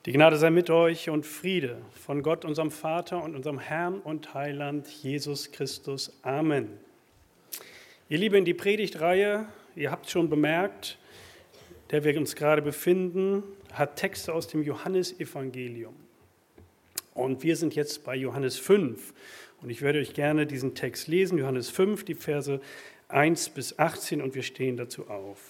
Die Gnade sei mit euch und Friede von Gott, unserem Vater und unserem Herrn und Heiland Jesus Christus. Amen. Ihr Lieben, die Predigtreihe, ihr habt schon bemerkt, der wir uns gerade befinden, hat Texte aus dem Johannesevangelium. Und wir sind jetzt bei Johannes 5. Und ich werde euch gerne diesen Text lesen, Johannes 5, die Verse 1 bis 18, und wir stehen dazu auf.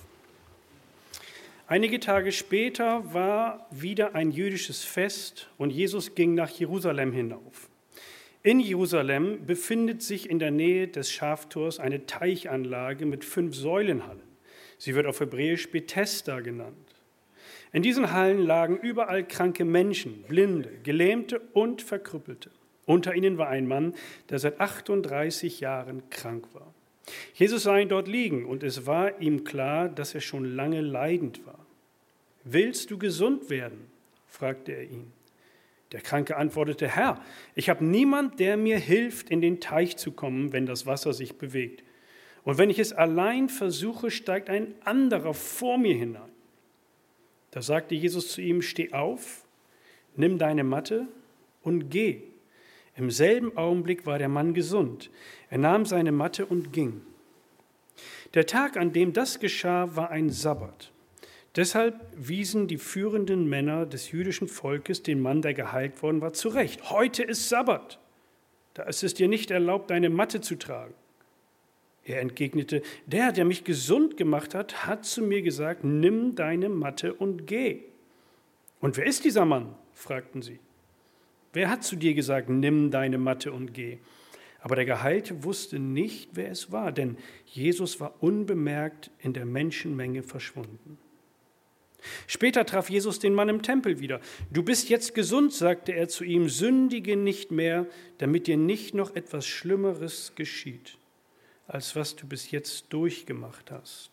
Einige Tage später war wieder ein jüdisches Fest und Jesus ging nach Jerusalem hinauf. In Jerusalem befindet sich in der Nähe des Schaftors eine Teichanlage mit 5 Säulenhallen. Sie wird auf Hebräisch Bethesda genannt. In diesen Hallen lagen überall kranke Menschen, Blinde, Gelähmte und Verkrüppelte. Unter ihnen war ein Mann, der seit 38 Jahren krank war. Jesus sah ihn dort liegen und es war ihm klar, dass er schon lange leidend war. »Willst du gesund werden?« fragte er ihn. Der Kranke antwortete, »Herr, ich habe niemand, der mir hilft, in den Teich zu kommen, wenn das Wasser sich bewegt. Und wenn ich es allein versuche, steigt ein anderer vor mir hinein.« Da sagte Jesus zu ihm, »Steh auf, nimm deine Matte und geh.« Im selben Augenblick war der Mann gesund. Er nahm seine Matte und ging. Der Tag, an dem das geschah, war ein Sabbat. Deshalb wiesen die führenden Männer des jüdischen Volkes den Mann, der geheilt worden war, zurecht. Heute ist Sabbat. Da ist es dir nicht erlaubt, deine Matte zu tragen. Er entgegnete, der mich gesund gemacht hat, hat zu mir gesagt, nimm deine Matte und geh. Und wer ist dieser Mann? Fragten sie. Wer hat zu dir gesagt, nimm deine Matte und geh? Aber der Geheilte wusste nicht, wer es war, denn Jesus war unbemerkt in der Menschenmenge verschwunden. Später traf Jesus den Mann im Tempel wieder. Du bist jetzt gesund, sagte er zu ihm, sündige nicht mehr, damit dir nicht noch etwas Schlimmeres geschieht, als was du bis jetzt durchgemacht hast.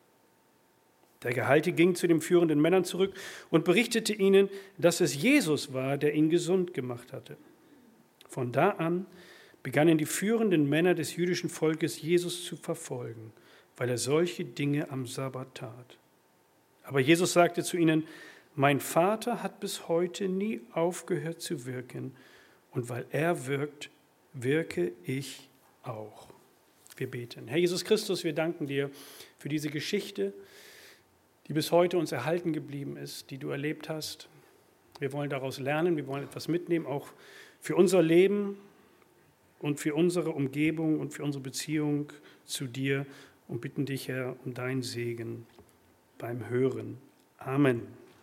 Der Geheilte ging zu den führenden Männern zurück und berichtete ihnen, dass es Jesus war, der ihn gesund gemacht hatte. Von da an begannen die führenden Männer des jüdischen Volkes, Jesus zu verfolgen, weil er solche Dinge am Sabbat tat. Aber Jesus sagte zu ihnen, mein Vater hat bis heute nie aufgehört zu wirken, und weil er wirkt, wirke ich auch. Wir beten. Herr Jesus Christus, wir danken dir für diese Geschichte, die bis heute uns erhalten geblieben ist, die du erlebt hast. Wir wollen daraus lernen, wir wollen etwas mitnehmen, auch für unser Leben und für unsere Umgebung und für unsere Beziehung zu dir, und bitten dich, Herr, um deinen Segen beim Hören. Amen.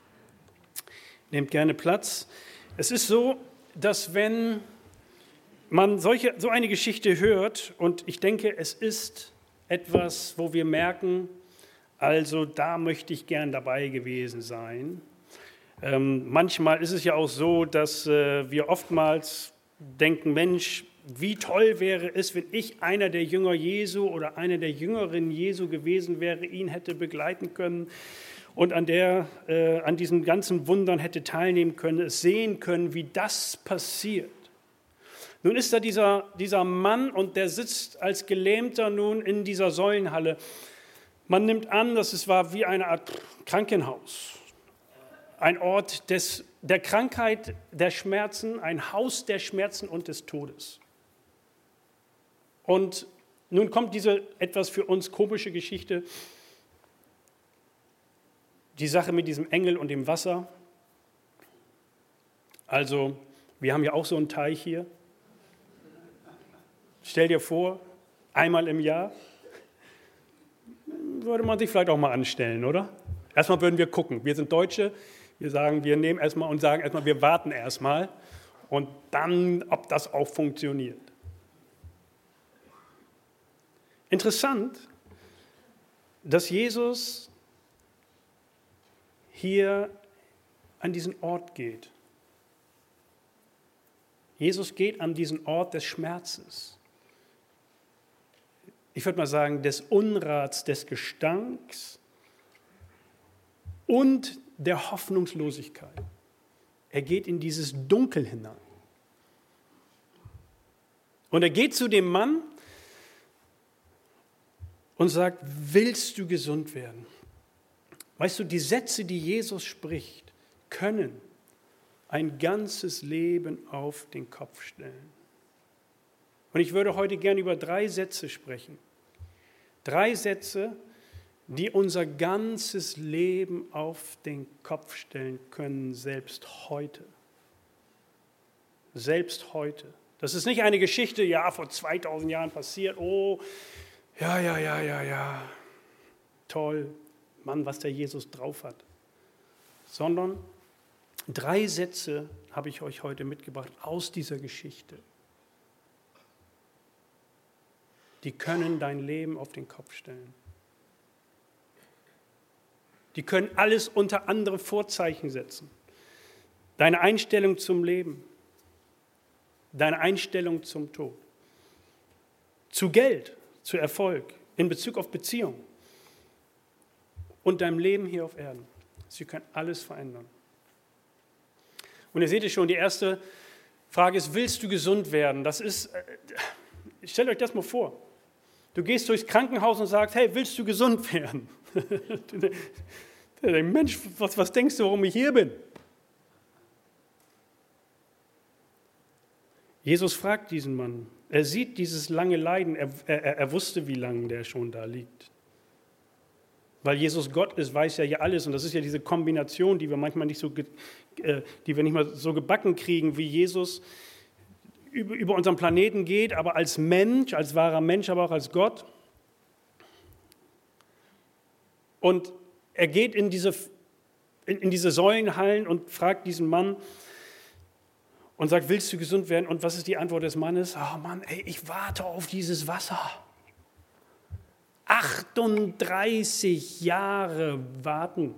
Nehmt gerne Platz. Es ist so, dass wenn man so eine Geschichte hört, und ich denke, es ist etwas, wo wir merken, also da möchte ich gern dabei gewesen sein. Manchmal ist es ja auch so, dass wir oftmals denken, Mensch, wie toll wäre es, wenn ich einer der Jünger Jesu oder einer der Jüngerinnen Jesu gewesen wäre, ihn hätte begleiten können und an diesen ganzen Wundern hätte teilnehmen können, es sehen können, wie das passiert. Nun ist da dieser Mann und der sitzt als Gelähmter nun in dieser Säulenhalle. Man nimmt an, dass es war wie eine Art Krankenhaus, ein Ort der Krankheit, der Schmerzen, ein Haus der Schmerzen und des Todes. Und nun kommt diese etwas für uns komische Geschichte, die Sache mit diesem Engel und dem Wasser. Also, wir haben ja auch so einen Teich hier. Stell dir vor, einmal im Jahr würde man sich vielleicht auch mal anstellen, oder? Erstmal würden wir gucken. Wir sind Deutsche, wir sagen, wir nehmen erstmal und sagen erstmal, wir warten erstmal und dann, ob das auch funktioniert. Interessant, dass Jesus hier an diesen Ort geht. Jesus geht an diesen Ort des Schmerzes. Ich würde mal sagen, des Unrats, des Gestanks und der Hoffnungslosigkeit. Er geht in dieses Dunkel hinein. Und er geht zu dem Mann und sagt, willst du gesund werden? Weißt du, die Sätze, die Jesus spricht, können ein ganzes Leben auf den Kopf stellen. Und ich würde heute gerne über 3 Sätze sprechen. 3 Sätze, die unser ganzes Leben auf den Kopf stellen können, selbst heute. Selbst heute. Das ist nicht eine Geschichte, ja, vor 2000 Jahren passiert, oh, ja, toll, Mann, was der Jesus drauf hat. Sondern 3 Sätze habe ich euch heute mitgebracht aus dieser Geschichte. Die können dein Leben auf den Kopf stellen. Die können alles unter andere Vorzeichen setzen. Deine Einstellung zum Leben, deine Einstellung zum Tod, zu Geld, zu Erfolg, in Bezug auf Beziehung und deinem Leben hier auf Erden. Sie können alles verändern. Und ihr seht es schon, die erste Frage ist, willst du gesund werden? Das ist, stellt euch das mal vor. Du gehst durchs Krankenhaus und sagst, hey, willst du gesund werden? Mensch, was denkst du, warum ich hier bin? Jesus fragt diesen Mann. Er sieht dieses lange Leiden. Er wusste, wie lange der schon da liegt. Weil Jesus Gott ist, weiß er ja alles. Und das ist ja diese Kombination, die wir manchmal nicht so, die wir nicht mal so gebacken kriegen, wie Jesus über unseren Planeten geht, aber als Mensch, als wahrer Mensch, aber auch als Gott. Und er geht in diese Säulenhallen und fragt diesen Mann und sagt, willst du gesund werden? Und was ist die Antwort des Mannes? Oh Mann, ey, ich warte auf dieses Wasser. 38 Jahre warten.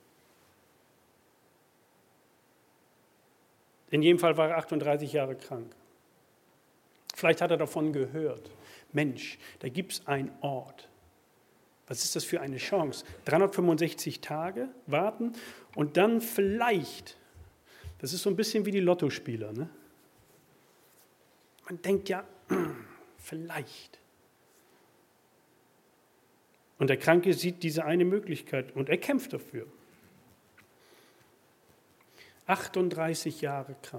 In jedem Fall war er 38 Jahre krank. Vielleicht hat er davon gehört. Mensch, da gibt es einen Ort. Was ist das für eine Chance? 365 Tage warten und dann vielleicht, das ist so ein bisschen wie die Lottospieler, ne? Man denkt ja, vielleicht. Und der Kranke sieht diese eine Möglichkeit und er kämpft dafür. 38 Jahre krank.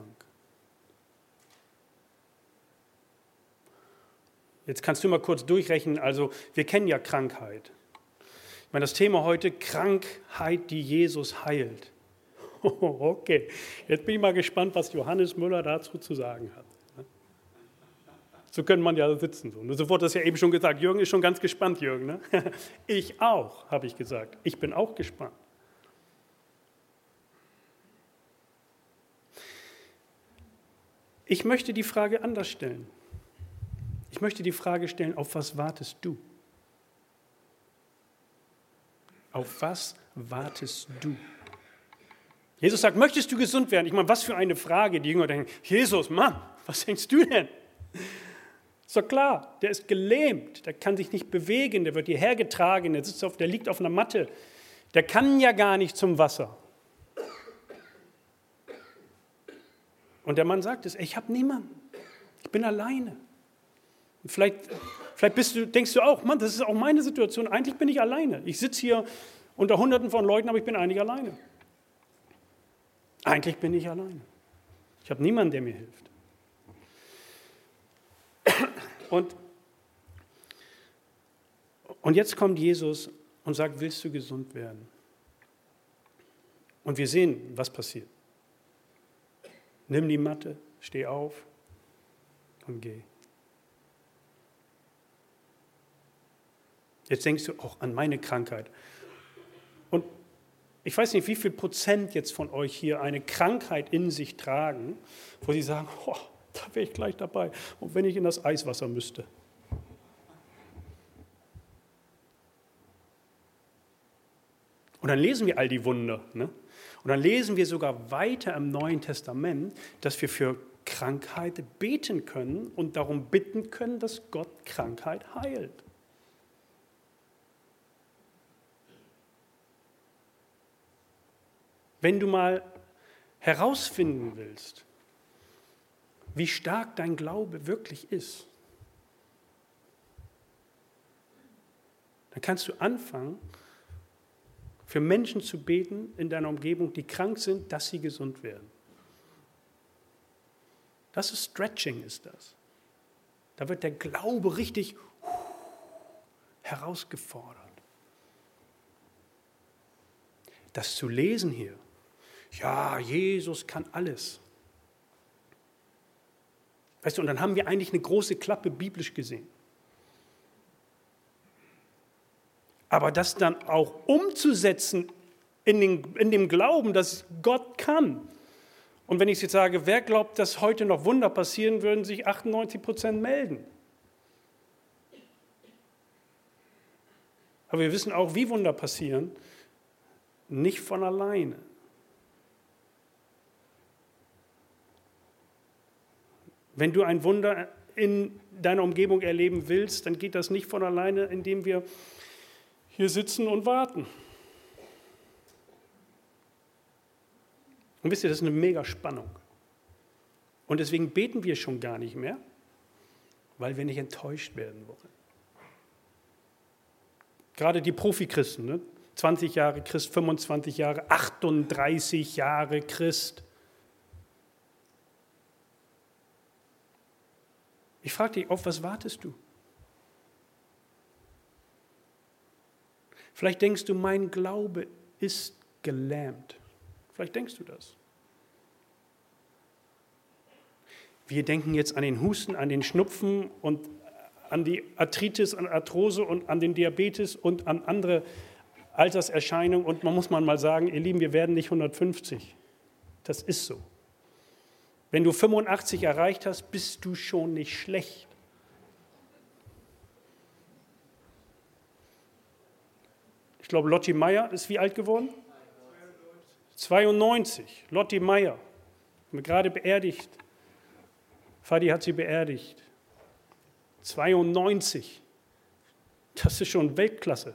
Jetzt kannst du mal kurz durchrechnen, also wir kennen ja Krankheit. Ich meine, das Thema heute, Krankheit, die Jesus heilt. Okay, jetzt bin ich mal gespannt, was Johannes Müller dazu zu sagen hat. So könnte man ja sitzen. So. Und sofort das ja eben schon gesagt, Jürgen ist schon ganz gespannt, Jürgen. Ne? Ich auch, habe ich gesagt. Ich bin auch gespannt. Ich möchte die Frage anders stellen. Ich möchte die Frage stellen, auf was wartest du? Auf was wartest du? Jesus sagt, möchtest du gesund werden? Ich meine, was für eine Frage. Die Jünger denken, Jesus, Mann, was denkst du denn? Ist doch klar, der ist gelähmt, der kann sich nicht bewegen, der wird hierher getragen, der liegt auf einer Matte. Der kann ja gar nicht zum Wasser. Und der Mann sagt es, ich habe niemanden, ich bin alleine. Und vielleicht denkst du auch, Mann, das ist auch meine Situation, eigentlich bin ich alleine. Ich sitze hier unter Hunderten von Leuten, aber ich bin eigentlich alleine. Eigentlich bin ich alleine. Ich habe niemanden, der mir hilft. Und jetzt kommt Jesus und sagt, willst du gesund werden? Und wir sehen, was passiert. Nimm die Matte, steh auf und geh. Jetzt denkst du auch an meine Krankheit. Und ich weiß nicht, wie viel Prozent jetzt von euch hier eine Krankheit in sich tragen, wo sie sagen, oh, da wäre ich gleich dabei. Und wenn ich in das Eiswasser müsste. Und dann lesen wir all die Wunder. Ne? Und dann lesen wir sogar weiter im Neuen Testament, dass wir für Krankheit beten können und darum bitten können, dass Gott Krankheit heilt. Wenn du mal herausfinden willst, wie stark dein Glaube wirklich ist, dann kannst du anfangen, für Menschen zu beten in deiner Umgebung, die krank sind, dass sie gesund werden. Das ist Stretching, ist das. Da wird der Glaube richtig herausgefordert. Das zu lesen hier, ja, Jesus kann alles. Weißt du, und dann haben wir eigentlich eine große Klappe biblisch gesehen. Aber das dann auch umzusetzen in dem Glauben, dass Gott kann. Und wenn ich jetzt sage, wer glaubt, dass heute noch Wunder passieren, würden sich 98% melden. Aber wir wissen auch, wie Wunder passieren. Nicht von alleine. Wenn du ein Wunder in deiner Umgebung erleben willst, dann geht das nicht von alleine, indem wir hier sitzen und warten. Und wisst ihr, das ist eine mega Spannung. Und deswegen beten wir schon gar nicht mehr, weil wir nicht enttäuscht werden wollen. Gerade die Profi-Christen, ne? 20 Jahre Christ, 25 Jahre, 38 Jahre Christ. Ich frage dich, auf was wartest du? Vielleicht denkst du, mein Glaube ist gelähmt. Vielleicht denkst du das. Wir denken jetzt an den Husten, an den Schnupfen und an die Arthritis, an Arthrose und an den Diabetes und an andere Alterserscheinungen. Und man muss mal sagen, ihr Lieben, wir werden nicht 150. Das ist so. Wenn du 85 erreicht hast, bist du schon nicht schlecht. Ich glaube, Lotti Meier ist wie alt geworden? 92. Lotti Meier. Haben wir gerade beerdigt. Fadi hat sie beerdigt. 92. Das ist schon Weltklasse.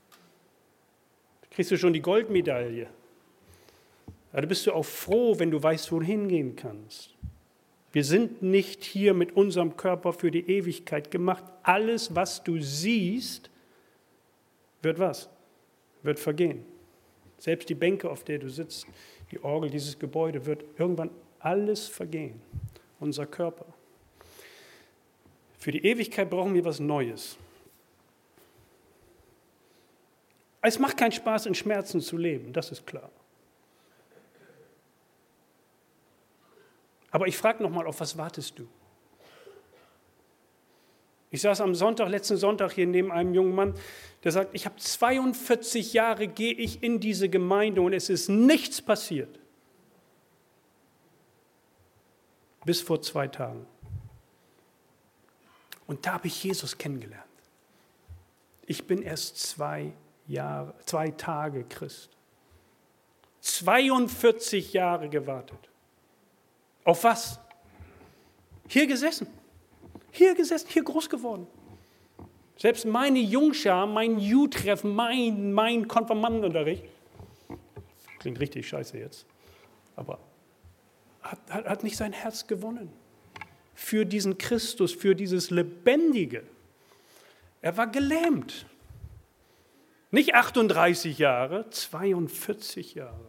Da kriegst du schon die Goldmedaille. Ja, da bist du auch froh, wenn du weißt, wo du hingehen kannst. Wir sind nicht hier mit unserem Körper für die Ewigkeit gemacht. Alles, was du siehst, wird was? Wird vergehen. Selbst die Bänke, auf der du sitzt, die Orgel, dieses Gebäude, wird irgendwann alles vergehen. Unser Körper. Für die Ewigkeit brauchen wir was Neues. Es macht keinen Spaß, in Schmerzen zu leben, das ist klar. Aber ich frage nochmal, auf was wartest du? Ich saß am Sonntag, letzten Sonntag hier neben einem jungen Mann, der sagt, ich habe 42 Jahre, gehe ich in diese Gemeinde und es ist nichts passiert. Bis vor 2 Tagen. Und da habe ich Jesus kennengelernt. Ich bin erst 2 Tage Christ. 42 Jahre gewartet. Auf was? Hier gesessen, hier groß geworden. Selbst meine Jungschar, mein Jugendtreffen, mein Konfirmandenunterricht, klingt richtig scheiße jetzt, aber hat nicht sein Herz gewonnen. Für diesen Christus, für dieses Lebendige. Er war gelähmt. Nicht 38 Jahre, 42 Jahre.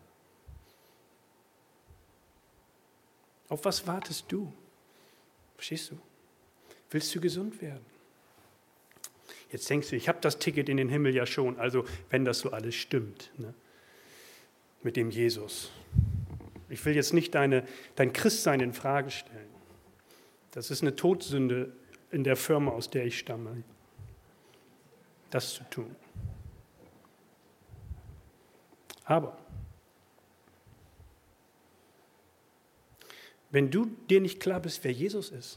Auf was wartest du? Verstehst du? Willst du gesund werden? Jetzt denkst du, ich habe das Ticket in den Himmel ja schon, also wenn das so alles stimmt, ne? Mit dem Jesus. Ich will jetzt nicht dein Christsein in Frage stellen. Das ist eine Todsünde in der Firma, aus der ich stamme, das zu tun. Aber wenn du dir nicht klar bist, wer Jesus ist,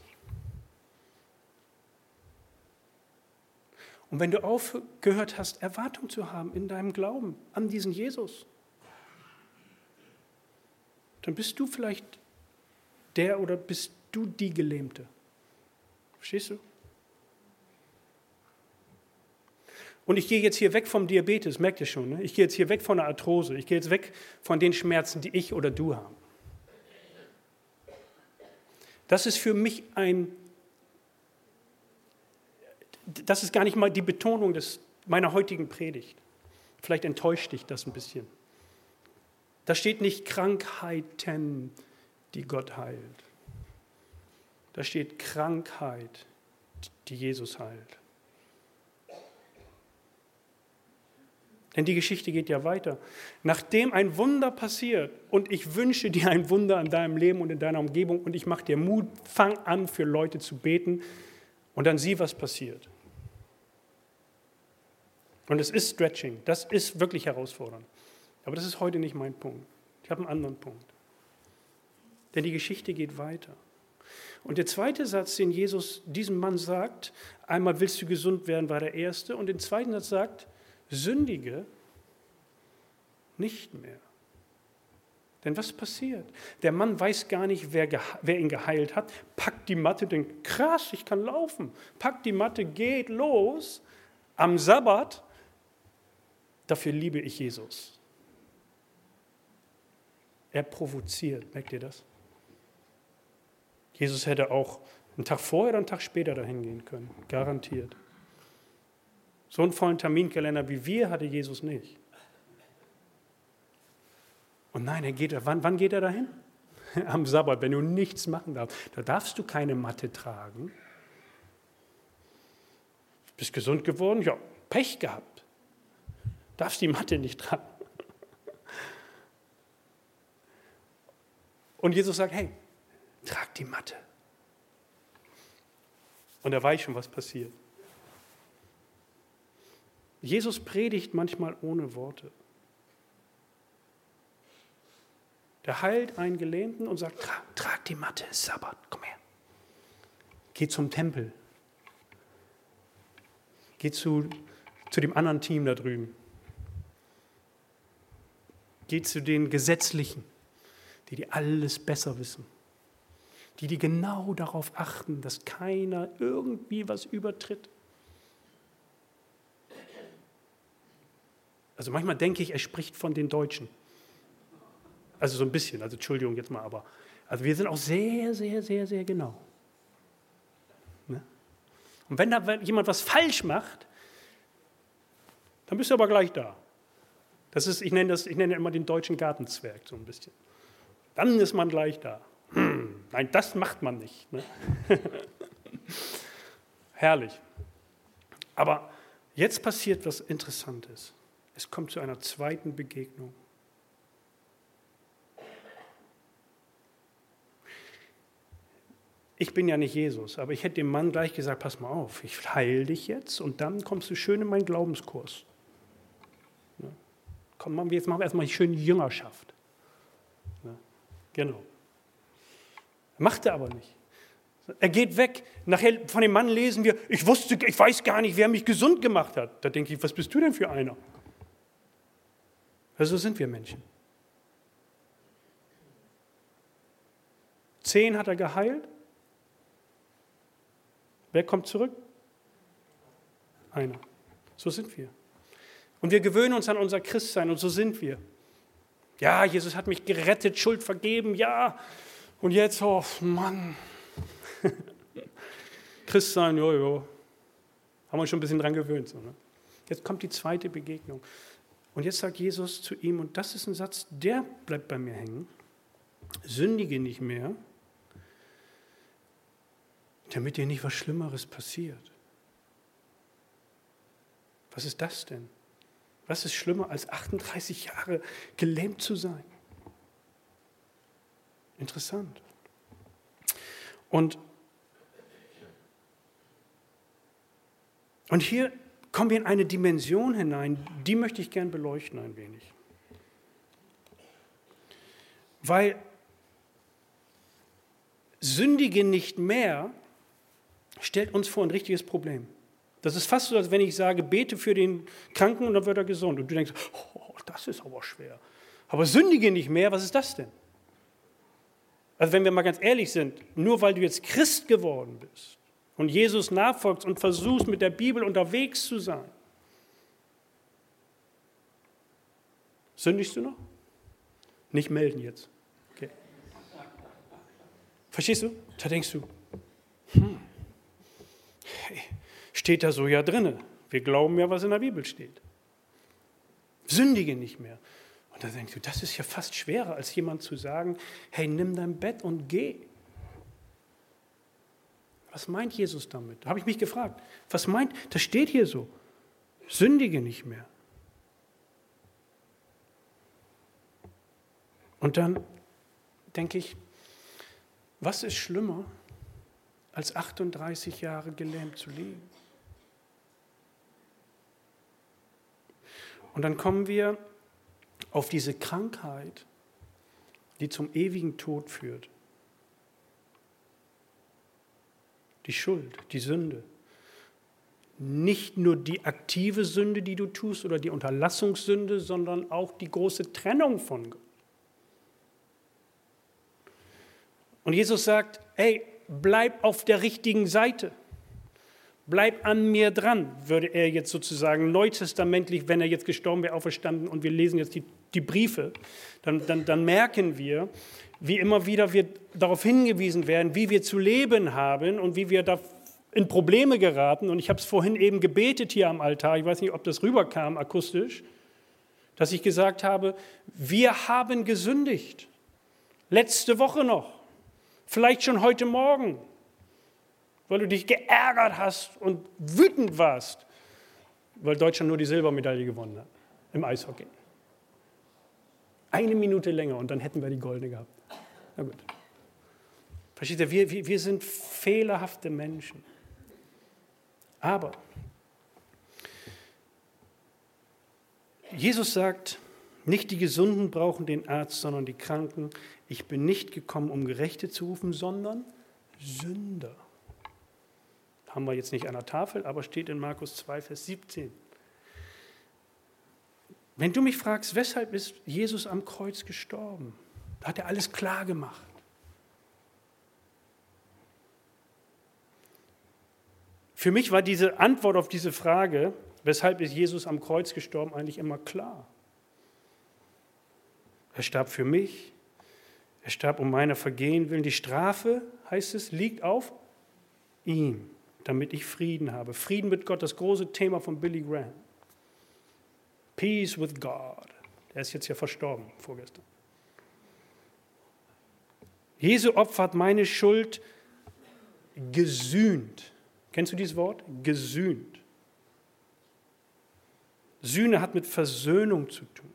und wenn du aufgehört hast, Erwartung zu haben in deinem Glauben an diesen Jesus, dann bist du vielleicht der oder bist du die Gelähmte. Verstehst du? Und ich gehe jetzt hier weg vom Diabetes, merkt ihr schon, ne? Ich gehe jetzt hier weg von der Arthrose, ich gehe jetzt weg von den Schmerzen, die ich oder du haben. Das ist für mich das ist gar nicht mal die Betonung meiner heutigen Predigt. Vielleicht enttäuscht dich das ein bisschen. Da steht nicht Krankheiten, die Gott heilt. Da steht Krankheit, die Jesus heilt. Denn die Geschichte geht ja weiter. Nachdem ein Wunder passiert und ich wünsche dir ein Wunder in deinem Leben und in deiner Umgebung und ich mache dir Mut, fang an, für Leute zu beten und dann sieh, was passiert. Und es ist Stretching, das ist wirklich herausfordernd. Aber das ist heute nicht mein Punkt. Ich habe einen anderen Punkt. Denn die Geschichte geht weiter. Und der zweite Satz, den Jesus diesem Mann sagt, einmal willst du gesund werden, war der erste. Und den zweiten Satz sagt, sündige nicht mehr. Denn was passiert? Der Mann weiß gar nicht, wer ihn geheilt hat, packt die Matte, denkt, krass, ich kann laufen. Packt die Matte, geht los am Sabbat. Dafür liebe ich Jesus. Er provoziert, merkt ihr das? Jesus hätte auch einen Tag vorher oder einen Tag später dahin gehen können, garantiert. So einen vollen Terminkalender wie wir hatte Jesus nicht. Und nein, wann geht er dahin? Am Sabbat, wenn du nichts machen darfst. Da darfst du keine Matte tragen. Bist gesund geworden? Ja, Pech gehabt. Darfst die Matte nicht tragen. Und Jesus sagt, hey, trag die Matte. Und er weiß schon, was passiert. Jesus predigt manchmal ohne Worte. Der heilt einen Gelähmten und sagt, trag die Matte, ist Sabbat, komm her. Geh zum Tempel. Geh zu dem anderen Team da drüben. Geh zu den Gesetzlichen, die alles besser wissen. Die genau darauf achten, dass keiner irgendwie was übertritt. Also manchmal denke ich, er spricht von den Deutschen. Also so ein bisschen, also Entschuldigung jetzt mal, aber also wir sind auch sehr, sehr, sehr, sehr genau. Ne? Und wenn da jemand was falsch macht, dann bist du aber gleich da. Das ist, ich nenne immer den deutschen Gartenzwerg so ein bisschen. Dann ist man gleich da. Nein, das macht man nicht. Ne? Herrlich. Aber jetzt passiert was Interessantes. Es kommt zu einer zweiten Begegnung. Ich bin ja nicht Jesus, aber ich hätte dem Mann gleich gesagt, pass mal auf, ich heile dich jetzt und dann kommst du schön in meinen Glaubenskurs. Ne? Komm, jetzt machen wir erstmal schön Jüngerschaft. Ne? Genau. Macht er aber nicht. Er geht weg. Nachher von dem Mann lesen wir, ich weiß gar nicht, wer mich gesund gemacht hat. Da denke ich, was bist du denn für einer? Also so sind wir Menschen. 10 hat er geheilt. Wer kommt zurück? Einer. So sind wir. Und wir gewöhnen uns an unser Christsein und so sind wir. Ja, Jesus hat mich gerettet, Schuld vergeben, ja. Und jetzt, oh Mann. Christsein, jo. Haben wir uns schon ein bisschen dran gewöhnt. So, ne? Jetzt kommt die zweite Begegnung. Und jetzt sagt Jesus zu ihm, und das ist ein Satz, der bleibt bei mir hängen, sündige nicht mehr, damit dir nicht was Schlimmeres passiert. Was ist das denn? Was ist schlimmer, als 38 Jahre gelähmt zu sein? Interessant. Und hier kommen wir in eine Dimension hinein, die möchte ich gern beleuchten ein wenig. Weil sündige nicht mehr stellt uns vor ein richtiges Problem. Das ist fast so, als wenn ich sage, bete für den Kranken und dann wird er gesund. Und du denkst, oh, das ist aber schwer. Aber sündige nicht mehr, was ist das denn? Also wenn wir mal ganz ehrlich sind, nur weil du jetzt Christ geworden bist und Jesus nachfolgst und versuchst, mit der Bibel unterwegs zu sein, sündigst du noch? Nicht melden jetzt. Okay. Verstehst du? Da denkst du, hey, steht da so ja drinne. Wir glauben ja, was in der Bibel steht. Sündige nicht mehr. Und da denkst du, das ist ja fast schwerer, als jemand zu sagen, hey, nimm dein Bett und geh. was meint Jesus damit? Da habe ich mich gefragt, was meint, das steht hier so, sündige nicht mehr. Und dann denke ich, was ist schlimmer, als 38 Jahre gelähmt zu leben? Und dann kommen wir auf diese Krankheit, die zum ewigen Tod führt. Die Schuld, die Sünde. Nicht nur die aktive Sünde, die du tust, oder die Unterlassungssünde, sondern auch die große Trennung von Gott. Und Jesus sagt, hey, bleib auf der richtigen Seite. Bleib an mir dran, würde er jetzt sozusagen neutestamentlich, wenn er jetzt gestorben wäre, auferstanden und wir lesen jetzt die Briefe, dann merken wir, wie immer wieder wir darauf hingewiesen werden, wie wir zu leben haben und wie wir da in Probleme geraten. Und ich habe es vorhin eben gebetet hier am Altar, ich weiß nicht, ob das rüberkam akustisch, dass ich gesagt habe, wir haben gesündigt. Letzte Woche noch, vielleicht schon heute Morgen, weil du dich geärgert hast und wütend warst, weil Deutschland nur die Silbermedaille gewonnen hat im Eishockey. 1 Minute länger und dann hätten wir die goldene gehabt. Na gut. Versteht ihr, wir sind fehlerhafte Menschen. Aber Jesus sagt, nicht die Gesunden brauchen den Arzt, sondern die Kranken. Ich bin nicht gekommen, um Gerechte zu rufen, sondern Sünder. Haben wir jetzt nicht an der Tafel, aber steht in Markus 2, Vers 17. Wenn du mich fragst, weshalb ist Jesus am Kreuz gestorben? Da hat er alles klar gemacht. Für mich war diese Antwort auf diese Frage, weshalb ist Jesus am Kreuz gestorben, eigentlich immer klar. Er starb für mich, er starb um meiner Vergehen willen. Die Strafe, heißt es, liegt auf ihm, damit ich Frieden habe. Frieden mit Gott, das große Thema von Billy Graham. Peace with God. Er ist jetzt ja verstorben, vorgestern. Jesu Opfer hat meine Schuld gesühnt. Kennst du dieses Wort? Gesühnt. Sühne hat mit Versöhnung zu tun.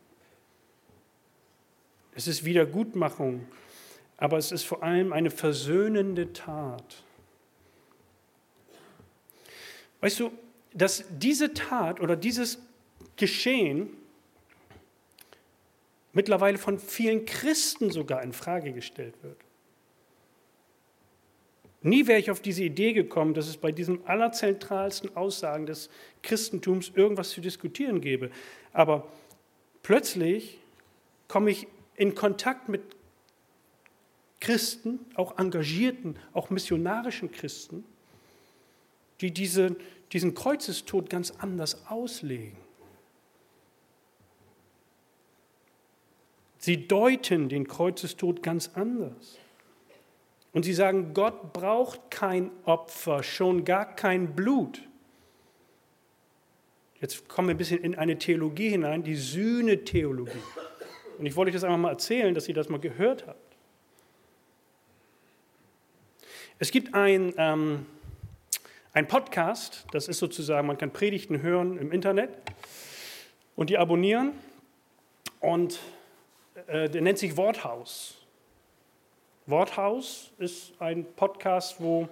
Es ist Wiedergutmachung, aber es ist vor allem eine versöhnende Tat. Weißt du, dass diese Tat oder dieses Geschehen mittlerweile von vielen Christen sogar in Frage gestellt wird. Nie wäre ich auf diese Idee gekommen, dass es bei diesen allerzentralsten Aussagen des Christentums irgendwas zu diskutieren gäbe. Aber plötzlich komme ich in Kontakt mit Christen, auch engagierten, auch missionarischen Christen, die diesen Kreuzestod ganz anders auslegen. Sie deuten den Kreuzestod ganz anders. Und sie sagen, Gott braucht kein Opfer, schon gar kein Blut. Jetzt kommen wir ein bisschen in eine Theologie hinein, die Sühnetheologie. Und ich wollte euch das einfach mal erzählen, dass ihr das mal gehört habt. Es gibt ein Podcast, das ist sozusagen, man kann Predigten hören im Internet und die abonnieren. Und der nennt sich Worthaus. Worthaus ist ein Podcast, wo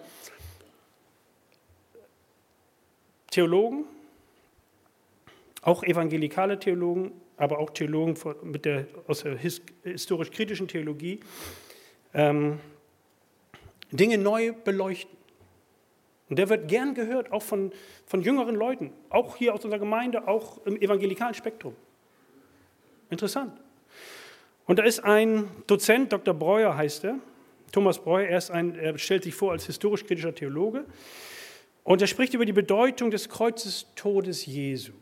Theologen, auch evangelikale Theologen, aber auch Theologen aus der historisch-kritischen Theologie, Dinge neu beleuchten. Und der wird gern gehört, auch von jüngeren Leuten, auch hier aus unserer Gemeinde, auch im evangelikalen Spektrum. Interessant. Und da ist ein Dozent, Dr. Breuer heißt er, Thomas Breuer, er stellt sich vor als historisch-kritischer Theologe und er spricht über die Bedeutung des Kreuzestodes Jesu.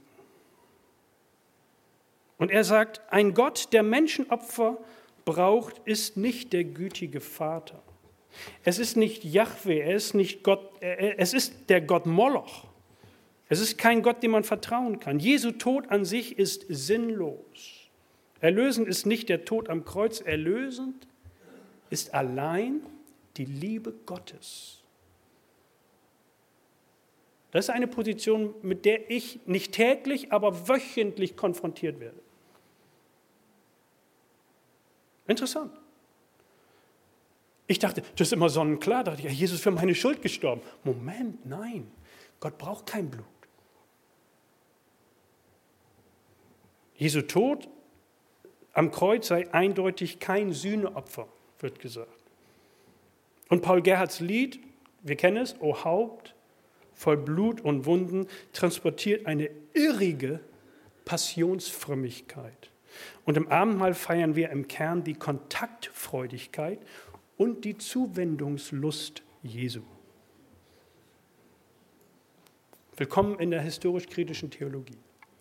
Und er sagt, ein Gott, der Menschenopfer braucht, ist nicht der gütige Vater. Es ist nicht Jahwe, es ist der Gott Moloch. Es ist kein Gott, dem man vertrauen kann. Jesu Tod an sich ist sinnlos. Erlösend ist nicht der Tod am Kreuz, erlösend ist allein die Liebe Gottes. Das ist eine Position, mit der ich nicht täglich, aber wöchentlich konfrontiert werde. Interessant. Ich dachte, das ist immer sonnenklar. Da dachte ich, ja, Jesus ist für meine Schuld gestorben. Moment, nein. Gott braucht kein Blut. Jesu Tod am Kreuz sei eindeutig kein Sühneopfer, wird gesagt. Und Paul Gerhards Lied, wir kennen es, O Haupt, voll Blut und Wunden, transportiert eine irrige Passionsfrömmigkeit. Und im Abendmahl feiern wir im Kern die Kontaktfreudigkeit und die Zuwendungslust Jesu. Willkommen in der historisch-kritischen Theologie.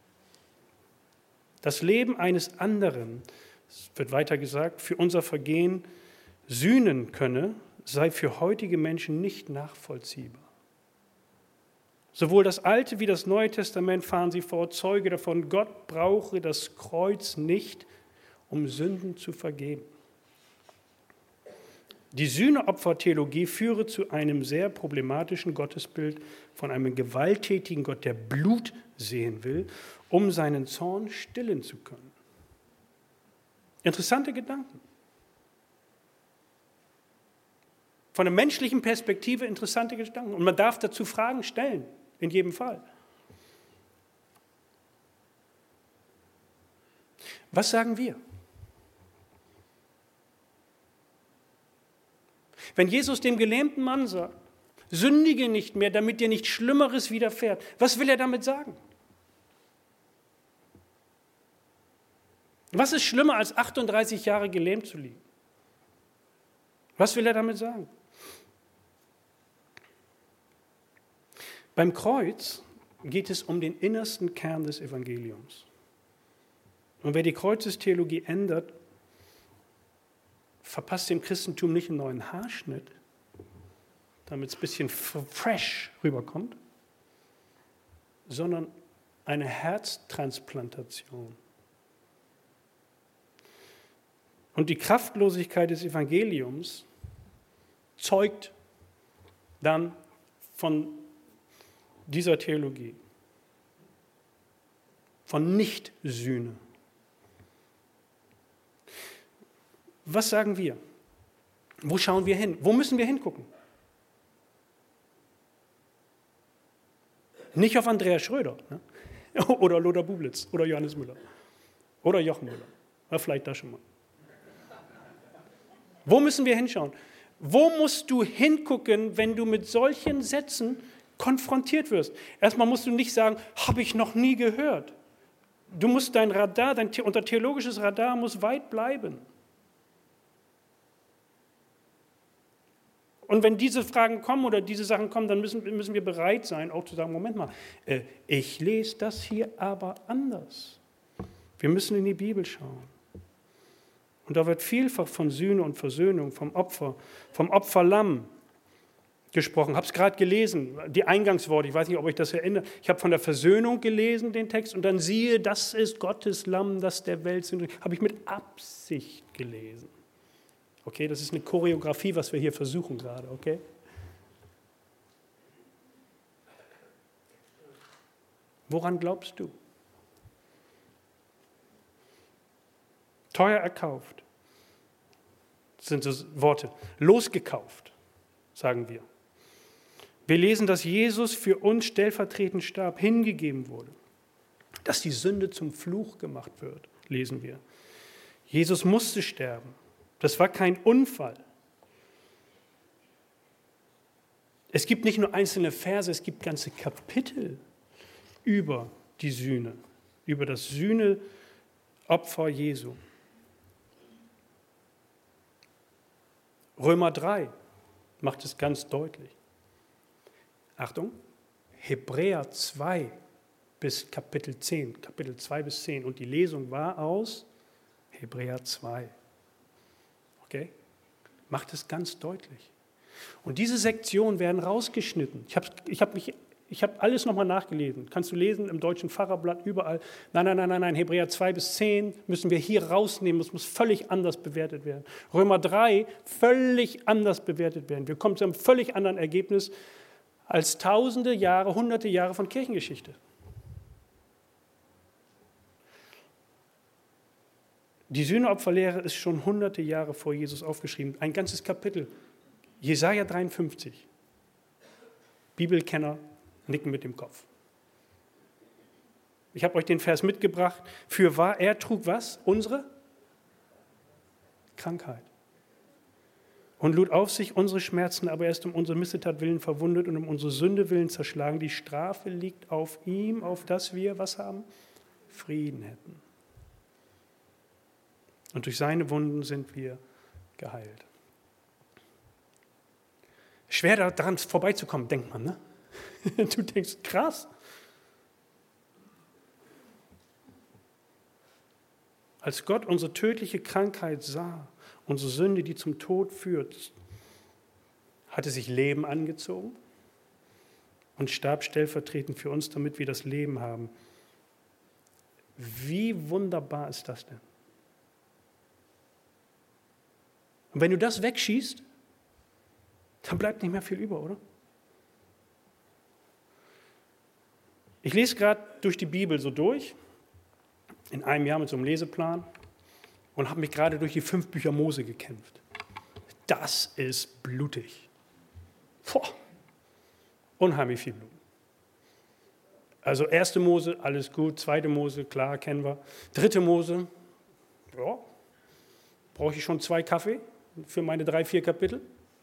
Das Leben eines anderen, es wird weiter gesagt, für unser Vergehen sühnen könne, sei für heutige Menschen nicht nachvollziehbar. Sowohl das Alte wie das Neue Testament fahren sie vor, Zeuge davon, Gott brauche das Kreuz nicht, um Sünden zu vergeben. Die Sühneopfertheologie führe zu einem sehr problematischen Gottesbild von einem gewalttätigen Gott, der Blut sehen will, um seinen Zorn stillen zu können. Interessante Gedanken. Von der menschlichen Perspektive interessante Gedanken. Und man darf dazu Fragen stellen, in jedem Fall. Was sagen wir? Wenn Jesus dem gelähmten Mann sagt, sündige nicht mehr, damit dir nichts Schlimmeres widerfährt, was will er damit sagen? Was ist schlimmer, als 38 Jahre gelähmt zu liegen? Was will er damit sagen? Beim Kreuz geht es um den innersten Kern des Evangeliums. Und wer die Kreuzestheologie ändert, verpasst dem Christentum nicht einen neuen Haarschnitt, damit es ein bisschen fresh rüberkommt, sondern eine Herztransplantation. Und die Kraftlosigkeit des Evangeliums zeugt dann von dieser Theologie, von Nicht-Sühne. Was sagen wir? Wo schauen wir hin? Wo müssen wir hingucken? Nicht auf Andreas Schröder, ne? Oder Lothar Bublitz oder Johannes Müller oder Jochen Müller. Oder vielleicht da schon mal. Wo müssen wir hinschauen? Wo musst du hingucken, wenn du mit solchen Sätzen konfrontiert wirst? Erstmal musst du nicht sagen, habe ich noch nie gehört. Du musst dein Radar, unser theologisches Radar muss weit bleiben. Und wenn diese Fragen kommen oder diese Sachen kommen, dann müssen wir bereit sein, auch zu sagen, Moment mal, ich lese das hier aber anders. Wir müssen in die Bibel schauen. Und da wird vielfach von Sühne und Versöhnung, vom Opferlamm gesprochen. Ich habe es gerade gelesen, die Eingangsworte, ich weiß nicht, ob euch das erinnert. Ich habe von der Versöhnung gelesen, den Text, und dann siehe, das ist Gottes Lamm, das der Welt Sünde. Habe ich mit Absicht gelesen. Okay, das ist eine Choreografie, was wir hier versuchen gerade, okay? Woran glaubst du? Teuer erkauft, sind so Worte. Losgekauft, sagen wir. Wir lesen, dass Jesus für uns stellvertretend starb, hingegeben wurde. Dass die Sünde zum Fluch gemacht wird, lesen wir. Jesus musste sterben. Das war kein Unfall. Es gibt nicht nur einzelne Verse, es gibt ganze Kapitel über die Sühne, über das Sühneopfer Jesu. Römer 3 macht es ganz deutlich. Achtung, Hebräer 2 bis Kapitel 10, Kapitel 2 bis 10. Und die Lesung war aus Hebräer 2. Okay? Macht es ganz deutlich. Und diese Sektionen werden rausgeschnitten. Ich habe alles nochmal nachgelesen. Kannst du lesen im Deutschen Pfarrerblatt, überall. Nein. Hebräer 2 bis 10 müssen wir hier rausnehmen. Das muss völlig anders bewertet werden. Römer 3 völlig anders bewertet werden. Wir kommen zu einem völlig anderen Ergebnis. als tausende Jahre, hunderte Jahre von Kirchengeschichte. Die Sühneopferlehre ist schon hunderte Jahre vor Jesus aufgeschrieben. Ein ganzes Kapitel. Jesaja 53. Bibelkenner nicken mit dem Kopf. Ich habe euch den Vers mitgebracht. Fürwahr, er trug was? Unsere Krankheit. Und lud auf sich unsere Schmerzen, aber er ist um unsere Missetat willen verwundet und um unsere Sünde willen zerschlagen. Die Strafe liegt auf ihm, auf dass wir, was haben? Frieden hätten. Und durch seine Wunden sind wir geheilt. Schwer daran vorbeizukommen, denkt man, ne? Du denkst, krass. Als Gott unsere tödliche Krankheit sah, unsere Sünde, die zum Tod führt, hat er sich Leben angezogen und starb stellvertretend für uns, damit wir das Leben haben. Wie wunderbar ist das denn? Und wenn du das wegschießt, dann bleibt nicht mehr viel über, oder? Ich lese gerade durch die Bibel so durch, in einem Jahr mit so einem Leseplan und habe mich gerade durch die 5 Bücher Mose gekämpft. Das ist blutig. Unheimlich viel Blut. Also 1. Mose, alles gut. 2. Mose, klar, kennen wir. 3. Mose, ja, brauche ich schon 2 Kaffee für meine 3, 4 Kapitel.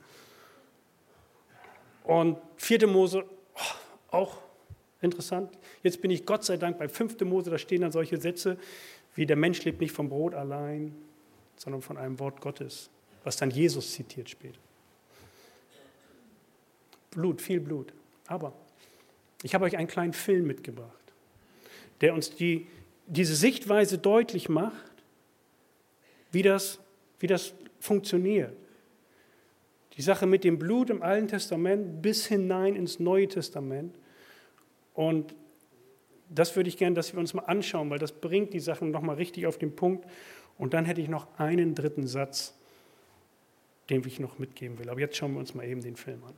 Und 4. Mose, auch interessant. Jetzt bin ich Gott sei Dank bei 5. Mose, da stehen dann solche Sätze wie der Mensch lebt nicht vom Brot allein, sondern von einem Wort Gottes, was dann Jesus zitiert später. Blut, viel Blut. Aber ich habe euch einen kleinen Film mitgebracht, der uns diese Sichtweise deutlich macht, wie das funktioniert. Die Sache mit dem Blut im Alten Testament bis hinein ins Neue Testament. Und das würde ich gerne, dass wir uns mal anschauen, weil das bringt die Sachen nochmal richtig auf den Punkt. Und dann hätte ich noch einen 3. Satz, den ich noch mitgeben will. Aber jetzt schauen wir uns mal eben den Film an.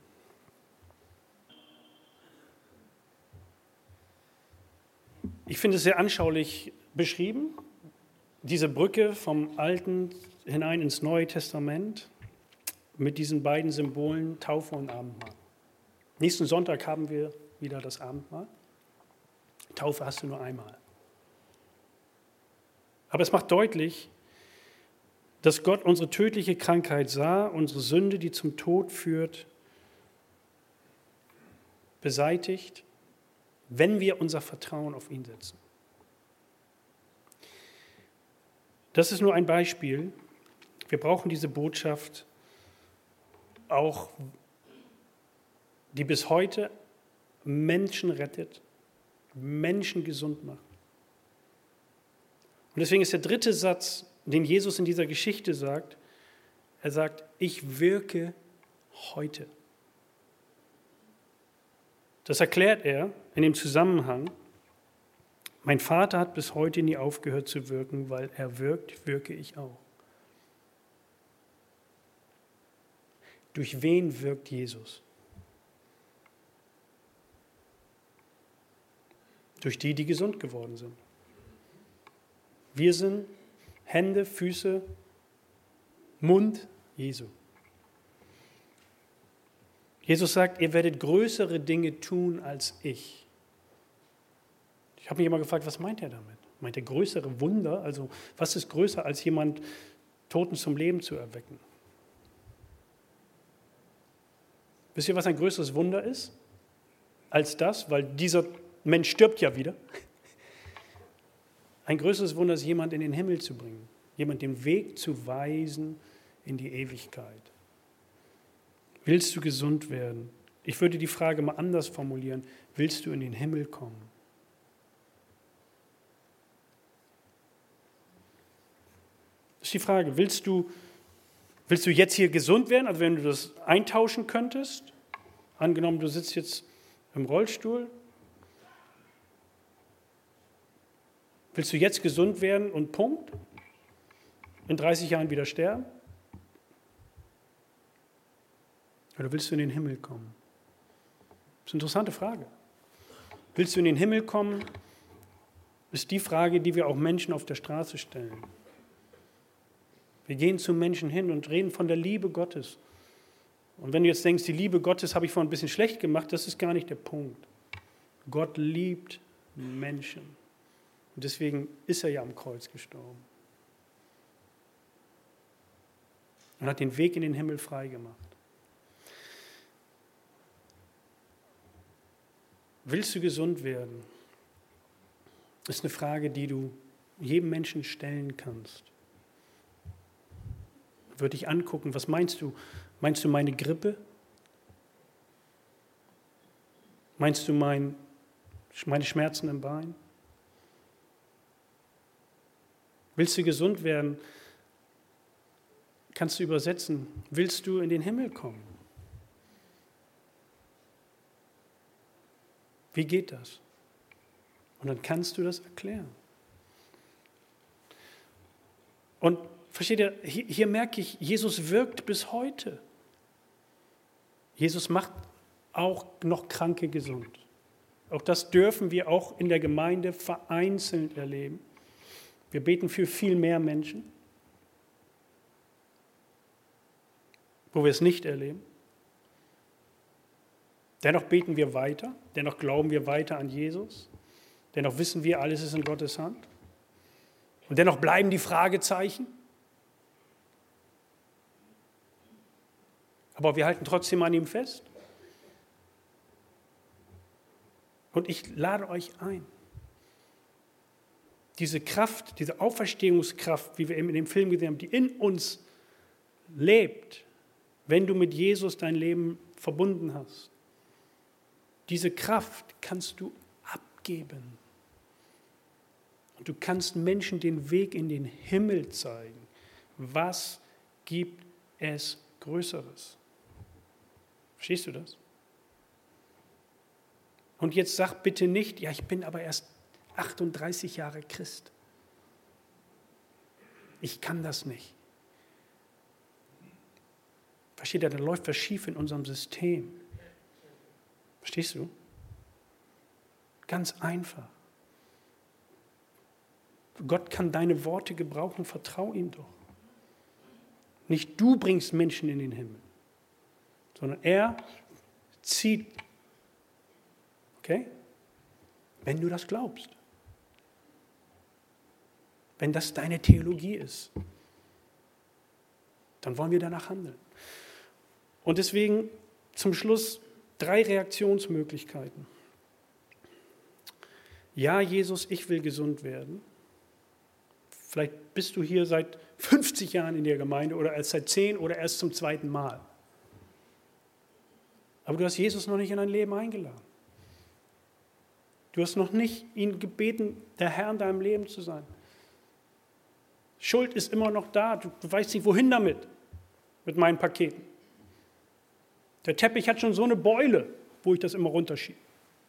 Ich finde es sehr anschaulich beschrieben, diese Brücke vom Alten hinein ins Neue Testament mit diesen beiden Symbolen Taufe und Abendmahl. Nächsten Sonntag haben wir wieder das Abendmahl. Taufe hast du nur einmal. Aber es macht deutlich, dass Gott unsere tödliche Krankheit sah, unsere Sünde, die zum Tod führt, beseitigt, wenn wir unser Vertrauen auf ihn setzen. Das ist nur ein Beispiel. Wir brauchen diese Botschaft auch, die bis heute Menschen rettet, Menschen gesund macht. Und deswegen ist der 3. Satz, den Jesus in dieser Geschichte sagt, er sagt, ich wirke heute. Das erklärt er in dem Zusammenhang, mein Vater hat bis heute nie aufgehört zu wirken, weil er wirkt, wirke ich auch. Durch wen wirkt Jesus? Durch die, die gesund geworden sind. Wir sind Hände, Füße, Mund Jesu. Jesus sagt, ihr werdet größere Dinge tun als ich. Ich habe mich immer gefragt, was meint er damit? Meint er größere Wunder? Also was ist größer, als jemand Toten zum Leben zu erwecken? Wisst ihr, was ein größeres Wunder ist als das? Weil dieser Mensch stirbt ja wieder. Ein größeres Wunder ist, jemand in den Himmel zu bringen, jemand den Weg zu weisen in die Ewigkeit. Willst du gesund werden? Ich würde die Frage mal anders formulieren. Willst du in den Himmel kommen? Das ist die Frage. Willst du jetzt hier gesund werden? Also wenn du das eintauschen könntest, angenommen, du sitzt jetzt im Rollstuhl, willst du jetzt gesund werden und Punkt? In 30 Jahren wieder sterben? Oder willst du in den Himmel kommen? Das ist eine interessante Frage. Willst du in den Himmel kommen? Ist die Frage, die wir auch Menschen auf der Straße stellen. Wir gehen zu Menschen hin und reden von der Liebe Gottes. Und wenn du jetzt denkst, die Liebe Gottes habe ich vorhin ein bisschen schlecht gemacht, das ist gar nicht der Punkt. Gott liebt Menschen. Und deswegen ist er ja am Kreuz gestorben. Und hat den Weg in den Himmel freigemacht. Willst du gesund werden? Das ist eine Frage, die du jedem Menschen stellen kannst. Würde ich angucken, was meinst du? Meinst du meine Grippe? Meinst du meine Schmerzen im Bein? Willst du gesund werden? Kannst du übersetzen? Willst du in den Himmel kommen? Wie geht das? Und dann kannst du das erklären. Und versteht ihr, hier merke ich, Jesus wirkt bis heute. Jesus macht auch noch Kranke gesund. Auch das dürfen wir auch in der Gemeinde vereinzelt erleben. Wir beten für viel mehr Menschen, wo wir es nicht erleben. Dennoch beten wir weiter, dennoch glauben wir weiter an Jesus, dennoch wissen wir, alles ist in Gottes Hand. Und dennoch bleiben die Fragezeichen. Aber wir halten trotzdem an ihm fest. Und ich lade euch ein, diese Kraft, diese Auferstehungskraft, wie wir eben in dem Film gesehen haben, die in uns lebt, wenn du mit Jesus dein Leben verbunden hast, diese Kraft kannst du abgeben. Und du kannst Menschen den Weg in den Himmel zeigen. Was gibt es Größeres? Verstehst du das? Und jetzt sag bitte nicht, ja, ich bin aber erst 38 Jahre Christ. Ich kann das nicht. Versteht ihr, da läuft was schief in unserem System. Verstehst du? Ganz einfach. Gott kann deine Worte gebrauchen, vertrau ihm doch. Nicht du bringst Menschen in den Himmel, sondern er zieht. Okay? Wenn du das glaubst. Wenn das deine Theologie ist, dann wollen wir danach handeln. Und deswegen zum Schluss 3 Reaktionsmöglichkeiten. Ja, Jesus, ich will gesund werden. Vielleicht bist du hier seit 50 Jahren in der Gemeinde oder erst seit 10 oder erst zum 2. Mal. Aber du hast Jesus noch nicht in dein Leben eingeladen. Du hast noch nicht ihn gebeten, der Herr in deinem Leben zu sein. Schuld ist immer noch da. Du weißt nicht, wohin damit, mit meinen Paketen. Der Teppich hat schon so eine Beule, wo ich das immer runterschiebe.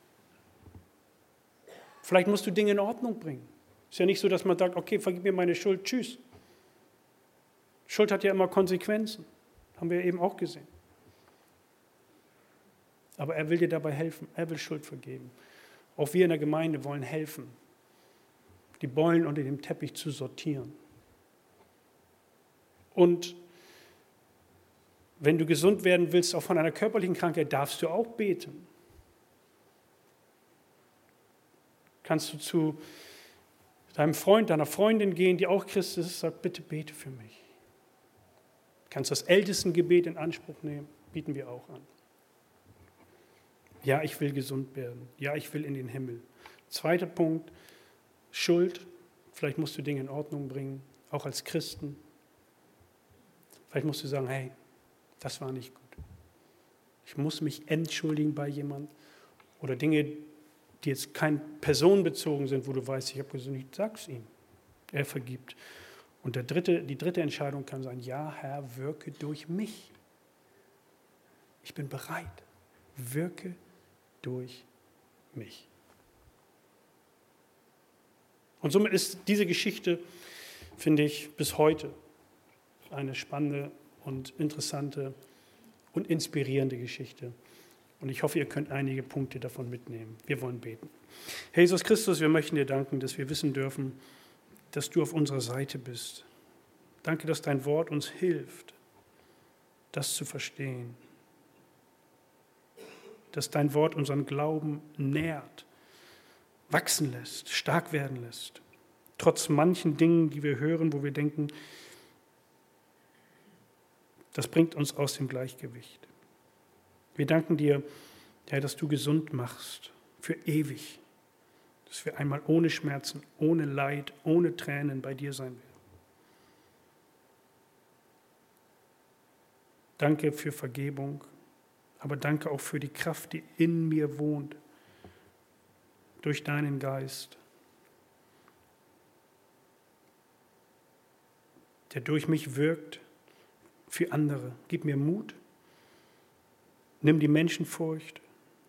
Vielleicht musst du Dinge in Ordnung bringen. Ist ja nicht so, dass man sagt, okay, vergib mir meine Schuld, tschüss. Schuld hat ja immer Konsequenzen. Haben wir eben auch gesehen. Aber er will dir dabei helfen. Er will Schuld vergeben. Auch wir in der Gemeinde wollen helfen, die Beulen unter dem Teppich zu sortieren. Und wenn du gesund werden willst, auch von einer körperlichen Krankheit, darfst du auch beten. Kannst du zu deinem Freund, deiner Freundin gehen, die auch Christ ist, sag, bitte bete für mich. Kannst das Ältestengebet in Anspruch nehmen, bieten wir auch an. Ja, ich will gesund werden. Ja, ich will in den Himmel. 2. Punkt, Schuld. Vielleicht musst du Dinge in Ordnung bringen, auch als Christen. Vielleicht musst du sagen, hey, das war nicht gut. Ich muss mich entschuldigen bei jemandem. Oder Dinge, die jetzt kein personenbezogen sind, wo du weißt, ich habe gesündigt, sag's ihm. Er vergibt. Und die dritte Entscheidung kann sein, ja, Herr, wirke durch mich. Ich bin bereit. Wirke durch mich. Und somit ist diese Geschichte, finde ich, bis heute eine spannende und interessante und inspirierende Geschichte. Und ich hoffe, ihr könnt einige Punkte davon mitnehmen. Wir wollen beten. Herr Jesus Christus, wir möchten dir danken, dass wir wissen dürfen, dass du auf unserer Seite bist. Danke, dass dein Wort uns hilft, das zu verstehen. Dass dein Wort unseren Glauben nährt, wachsen lässt, stark werden lässt. Trotz manchen Dingen, die wir hören, wo wir denken, das bringt uns aus dem Gleichgewicht. Wir danken dir, Herr, dass du gesund machst für ewig, dass wir einmal ohne Schmerzen, ohne Leid, ohne Tränen bei dir sein werden. Danke für Vergebung, aber danke auch für die Kraft, die in mir wohnt, durch deinen Geist, der durch mich wirkt für andere. Gib mir Mut, nimm die Menschenfurcht.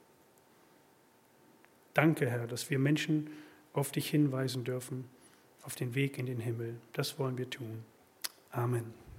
Danke, Herr, dass wir Menschen auf dich hinweisen dürfen, auf den Weg in den Himmel. Das wollen wir tun. Amen.